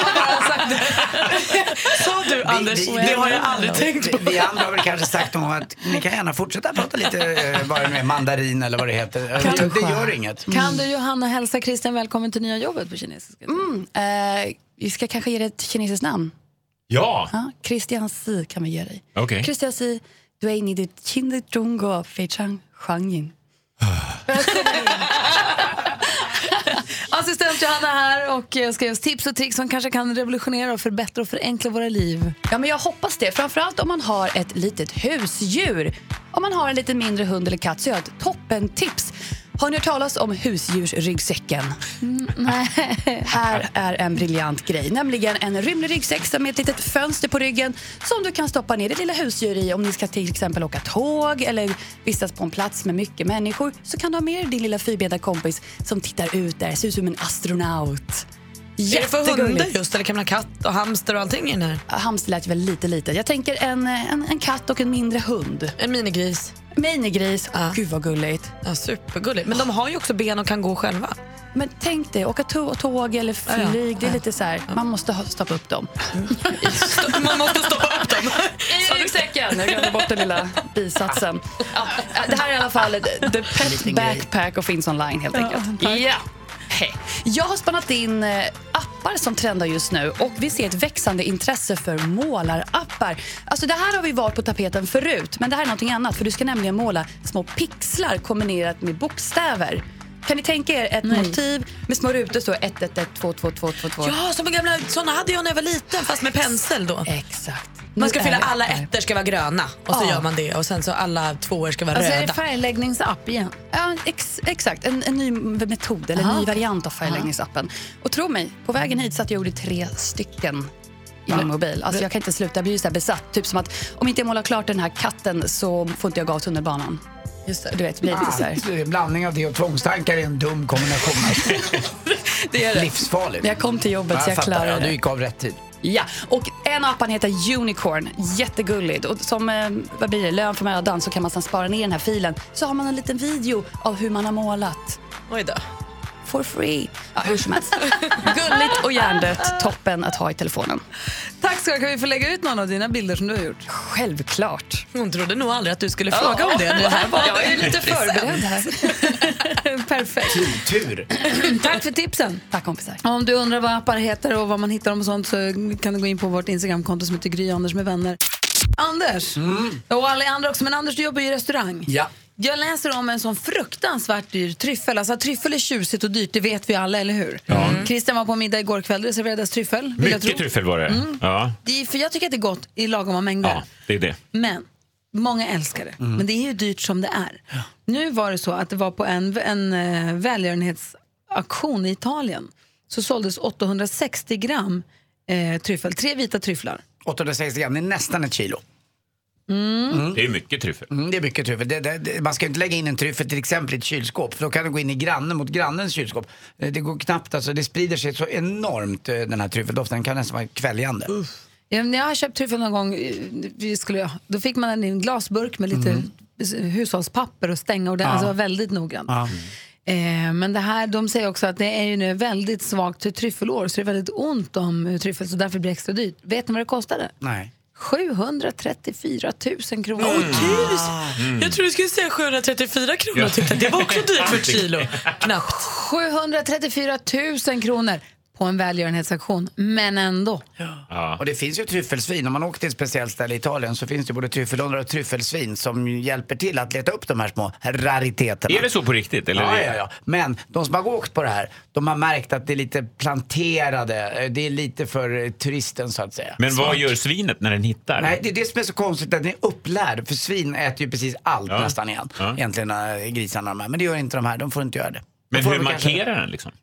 Så du, Anders, det har jag aldrig tänkt på. Vi andra har väl kanske sagt att ni kan gärna fortsätta prata lite vad det nu är, mandarin eller vad det heter. Det gör inget. Kan du, Johanna, hälsa Christian välkommen till nya jobbet på kinesiska? Vi ska kanske ge dig ett kinesiskt namn. Ja. Christian Si kan vi ge dig. Okay. Christian Si, du är i ditt kinda Zhongguo Feichang Huangyin. Assistent Producent Johanna här och ska ge oss tips och tricks som kanske kan revolutionera och förbättra och förenkla våra liv. Ja, men jag hoppas det. Framförallt om man har ett litet husdjur. Om man har en lite mindre hund eller katt så är det ett toppen tips. Har ni hört talas om husdjursryggsäcken? Nej. Här är en briljant grej. Nämligen en rymlig ryggsäck med ett litet fönster på ryggen som du kan stoppa ner det lilla husdjur i. Om ni ska till exempel åka tåg eller vistas på en plats med mycket människor så kan du ha med din lilla fyrbenta kompis som tittar ut där. Ser ut som en astronaut. Är det för hundar just eller kan man ha katt och hamster och allting i den här? Hamster lät väl lite. Jag tänker en katt och en mindre hund. En minigris. Minigris, gud vad gulligt. Ja, supergulligt. Men de har ju också ben och kan gå själva. Men tänk dig, åka tåg eller flyg, det är lite så här, man måste stoppa upp dem. Man måste stoppa upp dem. I ryggsäcken. Jag glömde bort den lilla bisatsen. Ja, det här är i alla fall The Pet Backpack och finns online helt enkelt. Ja. Hej. Jag har spannat in appar som trendar just nu och vi ser ett växande intresse för målarappar. Alltså det här har vi varit på tapeten förut, men det här är någonting annat för du ska nämligen måla små pixlar kombinerat med bokstäver. Kan ni tänka er ett motiv med små rutor så 1, 1, 1, 2, 2, 2, 2, 2. Ja, som en gamla, såna hade jag när jag var liten fast med pensel då. Exakt. Man ska fylla alla ettor ska vara gröna och så gör man det och sen så alla tvåor ska vara röda. Är det färgläggningsapp igen? Ja, exakt. En ny metod eller en ny variant av färgläggningsappen. Och tro mig, på vägen hit så att jag gjorde 3 stycken i min mobil. Alltså jag kan inte sluta, jag blir ju så här besatt. Typ som att om inte jag målar klart den här katten så får inte jag gå av tunnelbanan. Just det. Du vet, blir lite så här. Blandning av det och tvångstankar är en dum kombination. Det är det. Livsfarligt. Jag kom till jobbet så jag klarade det. Du gick av rätt tid. Ja, och en appan heter Unicorn. Jättegulligt. Och som vad blir det, lön för mödan så kan man sedan spara ner den här filen. Så har man en liten video av hur man har målat. Oj då. For free. Ja, hur som helst. Gulligt och hjärndött. Toppen att ha i telefonen. Tack ska du ha. Kan vi få lägga ut någon av dina bilder som du har gjort? Självklart. Hon trodde nog aldrig att du skulle fråga om det. Nu här var jag är lite förberedd här. Perfekt. Tur. Tack för tipsen. Tack kompisar. Om du undrar vad appar heter och vad man hittar dem och sånt så kan du gå in på vårt Instagramkonto som heter Gry Anders med vänner. Anders. Och alla andra också. Men Anders, du jobbar ju i restaurang. Ja. Jag läser om en sån fruktansvärt dyr tryffel. Alltså tryffel är tjusigt och dyrt, det vet vi alla, eller hur? Christian var på middag igår kväll, det serverades tryffel. Mycket tryffel var det. Ja. För jag tycker att det är gott i lagom mängder. Ja, det är det. Men många älskar det. Men det är ju dyrt som det är. Ja. Nu var det så att det var på en välgörenhetsaktion i Italien. Så såldes 860 gram tryffel, 3 vita tryfflar. 860 gram, det är nästan 1 kilo. Det är mycket tryffel. Det är mycket tryffel. Man ska inte lägga in en tryffel till exempel i ett kylskåp, för då kan du gå in i grannen mot grannens kylskåp. Det går knappt, alltså det sprider sig så enormt, den här tryffeldoften. Den kan nästan vara kväljande. När jag har köpt tryffel någon gång, då fick man en glasburk med lite hushållspapper och stänga och det alltså var väldigt noggrant. Men det här, de säger också att det är ju nu väldigt svagt tryffelår, så det är väldigt ont om tryffel, så därför blir det extra dyrt. Vet ni vad det kostade? Nej. 734 000 kronor. Jag tror du skulle säga 734 kronor. Jag tyckte att det var också dyrt för ett kilo. Knappt. 734 000 kronor på en välgörenhetsaktion, men ändå. Ja. Och det finns ju tryffelsvin. Om man åker till ett speciellt ställe i Italien så finns det både tryffelondrar och tryffelsvin som hjälper till att leta upp de här små rariteterna. Är det så på riktigt? Eller? Ja. Men de som har åkt på det här, de har märkt att det är lite planterade. Det är lite för turisten så att säga. Men vad gör svinet när den hittar? Nej, det är det som är så konstigt, att den är upplärd. För svin äter ju precis allt nästan igen. Egentligen grisarna de här. Men det gör inte de här, de får inte göra det. Men hur markerar den liksom?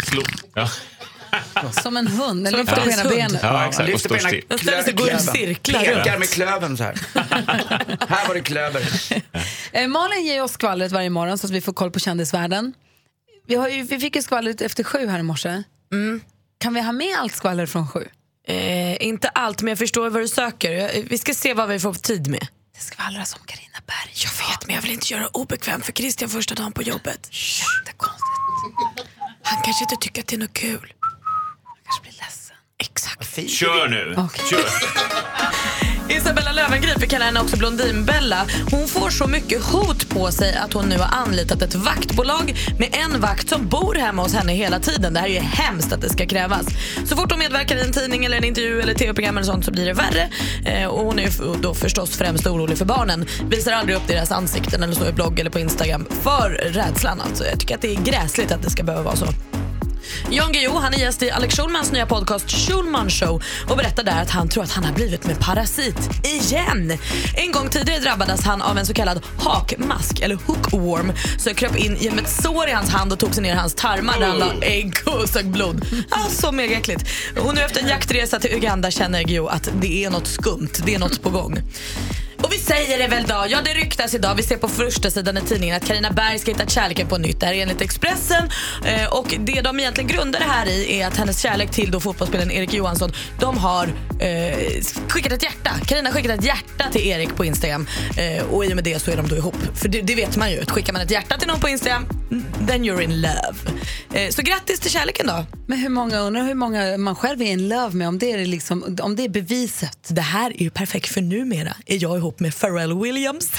Som en hund, eller lyfter på ena benet. Ja, exakt. Lyfter på ena klöven. Pekar med klöven så här. Här var det klöver. Malin ger oss skvallret varje morgon så att vi får koll på kändisvärlden. Vi fick ju skvallret efter 7 här i morse. Kan vi ha med allt skvaller från 7? Inte allt, men jag förstår vad du söker. Vi ska se vad vi får tid med. Det skvallrar som Carina Berg. Jag vet, men jag vill inte göra obekväm för Christian första dagen på jobbet. Jättekonstigt. Han kanske inte tycker att det är något kul. Han kanske blir ledsen. Exakt. Kör nu. Okay. Kör. Isabella Löwengrip, vi kallar henne också Blondinbella. Hon får så mycket hot på sig att hon nu har anlitat ett vaktbolag med en vakt som bor hemma hos henne hela tiden. Det här är ju hemskt att det ska krävas. Så fort hon medverkar i en tidning eller en intervju eller tv-program eller sånt så blir det värre. Och hon är ju då förstås främst orolig för barnen. Visar aldrig upp deras ansikten eller så i blogg eller på Instagram för rädslan. Alltså, jag tycker att det är gräsligt att det ska behöva vara så. Jan Guillou, han är gäst i Alex Schulmans nya podcast Schulman Show och berättar där att han tror att han har blivit med parasit igen. En gång tidigare drabbades han av en så kallad hakmask eller hookworm som kröp in genom ett sår i hans hand och tog sig ner i hans tarmar där han la ägg och sög blod. Så mega äckligt. Och nu efter en jaktresa till Uganda känner Guillou att det är något skumt, det är något på gång. Och vi säger det väl då, ja det ryktas idag, vi ser på första sidan i tidningen att Carina Berg ska hitta kärleken på nytt. Det här är enligt Expressen och det de egentligen grundar det här i är att hennes kärlek till då fotbollsspelaren Erik Johansson, de har skickat ett hjärta. Carina skickade ett hjärta till Erik på Instagram och i och med det så är de då ihop. För det vet man ju, att skickar man ett hjärta till någon på Instagram, then you're in love. Så grattis till kärleken då. Men hur många man själv är in love med, om det är liksom, om det är beviset. Det här är ju perfekt för numera är jag ihop med Pharrell Williams.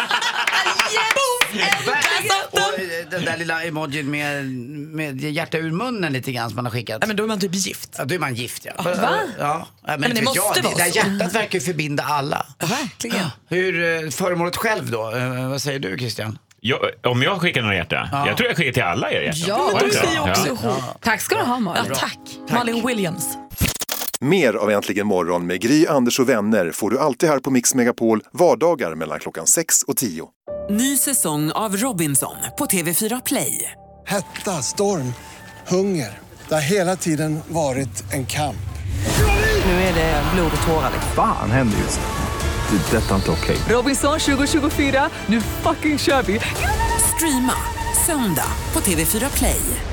Och den där lilla emojin med hjärta ur munnen lite grann som man har skickat. Ja, men då är man typ gift. Ja, då är man gift, ja. Va? Ja. Men det måste vara det där så. hjärtat verkar ju förbinda alla. Verkligen. Ja. Hur föremålet själv då? Vad säger du, Christian? Om jag skickar några hjärta? Ja. Jag tror jag skickar till alla er hjärta. Ja, men då är jag också ihop. Ja. Tack ska du ha, Malin. Ja, tack. Malin Williams. Mer av Äntligen morgon med Gry, Anders och vänner får du alltid här på Mix Megapol vardagar mellan klockan 6 och 10. Ny säsong av Robinson på TV4 Play. Hetta, storm, hunger. Det har hela tiden varit en kamp. Nu är det blod och tårar. Fan händer just det. Det är detta inte okej. Robinson 2024, nu fucking kör vi. Streama söndag på TV4 Play.